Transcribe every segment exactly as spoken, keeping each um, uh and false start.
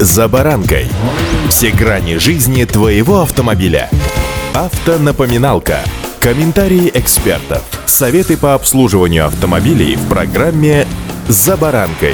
«За баранкой». Все грани жизни твоего автомобиля. Автонапоминалка. Комментарии экспертов. Советы по обслуживанию автомобилей в программе «За баранкой».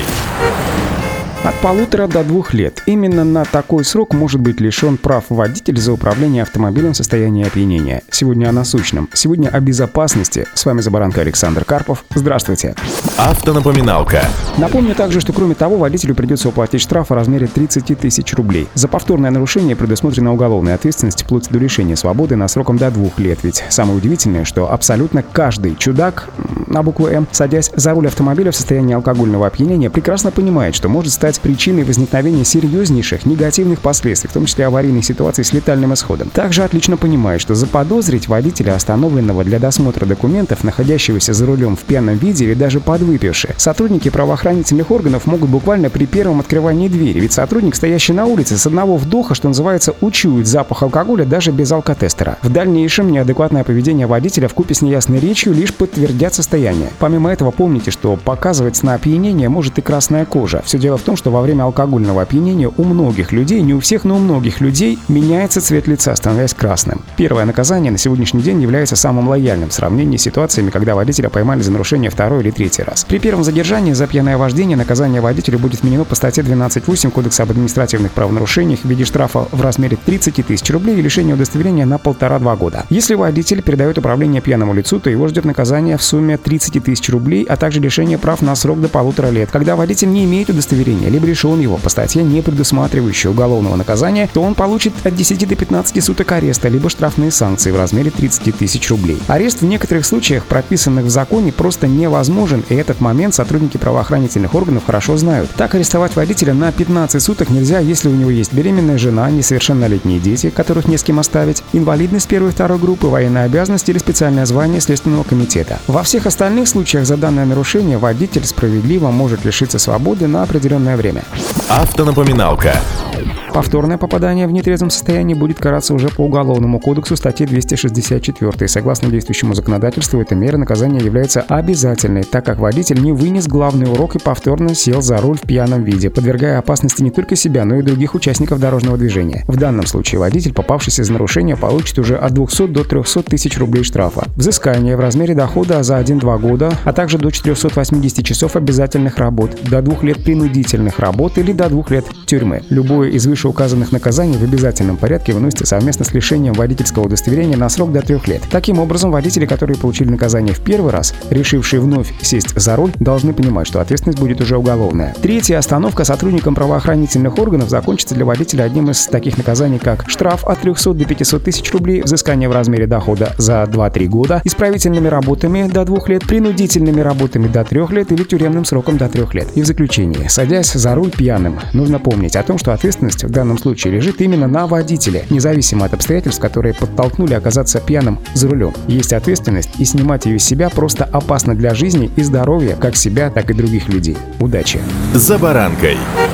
От полутора до двух лет. Именно на такой срок может быть лишен прав водитель за управление автомобилем в состоянии опьянения. Сегодня о насущном. Сегодня о безопасности. С вами «За баранкой» Александр Карпов. Здравствуйте. Автонапоминалка. Напомню также, что кроме того, водителю придется уплатить штраф в размере тридцать тысяч рублей. За повторное нарушение предусмотрена уголовная ответственность вплоть до лишения свободы на сроком до двух лет. Ведь самое удивительное, что абсолютно каждый чудак на букву «М», садясь за руль автомобиля в состоянии алкогольного опьянения, прекрасно понимает, что может стать причиной возникновения серьезнейших негативных последствий, в том числе аварийных ситуаций с летальным исходом. Также отлично понимает, что заподозрить водителя, остановленного для досмотра документов, находящегося за рулем в пьяном виде или даже подвыпивший, сотрудники правоохранительных органов могут буквально при первом открывании двери. Ведь сотрудник, стоящий на улице, с одного вдоха, что называется, учует запах алкоголя даже без алкотестера. В дальнейшем неадекватное поведение водителя вкупе с неясной речью лишь подтвердят состояние. Помимо этого, помните, что показывать на опьянение может и красная кожа. Все дело в том, что во время алкогольного опьянения у многих людей, не у всех, но у многих людей, меняется цвет лица, становясь красным. Первое наказание на сегодняшний день является самым лояльным в сравнении с ситуациями, когда водителя поймали за нарушение второй или третий раз. При первом задержании за пьяное вождение наказание водителю будет вменено по статье двенадцать восемь Кодекса об административных правонарушениях в виде штрафа в размере тридцати тысяч рублей и лишения удостоверения на полтора-два года. Если водитель передает управление пьяному лицу, то его ждет наказание в сумме тридцать тысяч рублей, а также лишение прав на срок до полутора лет. Когда водитель не имеет удостоверения, либо лишен его по статье, не предусматривающей уголовного наказания, то он получит от десяти до пятнадцати суток ареста, либо штрафные санкции в размере тридцати тысяч рублей. Арест в некоторых случаях, прописанных в законе, просто невозможен, и этот момент сотрудники правоохранительных органов хорошо знают. Так, арестовать водителя на пятнадцать суток нельзя, если у него есть беременная жена, несовершеннолетние дети, которых не с кем оставить, инвалидность первой и второй группы, военная обязанность или специальное звание Следственного комитета. Во всех остальных случаях за данное нарушение водитель справедливо может лишиться свободы на определенное время. Автонапоминалка. Повторное попадание в нетрезвом состоянии будет караться уже по Уголовному кодексу статьи двести шестьдесят четыре. Согласно действующему законодательству, эта мера наказания является обязательной, так как водитель не вынес главный урок и повторно сел за руль в пьяном виде, подвергая опасности не только себя, но и других участников дорожного движения. В данном случае водитель, попавшийся за нарушение, получит уже от двухсот до трехсот тысяч рублей штрафа, взыскание в размере дохода за один-два года, а также до четырехсот восьмидесяти часов обязательных работ, до двух лет принудительных работ или до двух лет тюрьмы. Любое из вышеуказанных наказаний в обязательном порядке выносится совместно с лишением водительского удостоверения на срок до трех лет. Таким образом, водители, которые получили наказание в первый раз, решившие вновь сесть за руль, должны понимать, что ответственность будет уже уголовная. Третья остановка сотрудникам правоохранительных органов закончится для водителя одним из таких наказаний, как штраф от трехсот до пятисот тысяч рублей, взыскание в размере дохода за два-три года, исправительными работами до двух лет, принудительными работами до трех лет или тюремным сроком до трех лет. И в заключение, садясь за руль пьяным, нужно помнить о том, что ответственность в данном случае лежит именно на водителе, независимо от обстоятельств, которые подтолкнули оказаться пьяным за рулем. Есть ответственность, и снимать ее с себя просто опасно для жизни и здоровья как себя, так и других людей. Удачи! «За баранкой».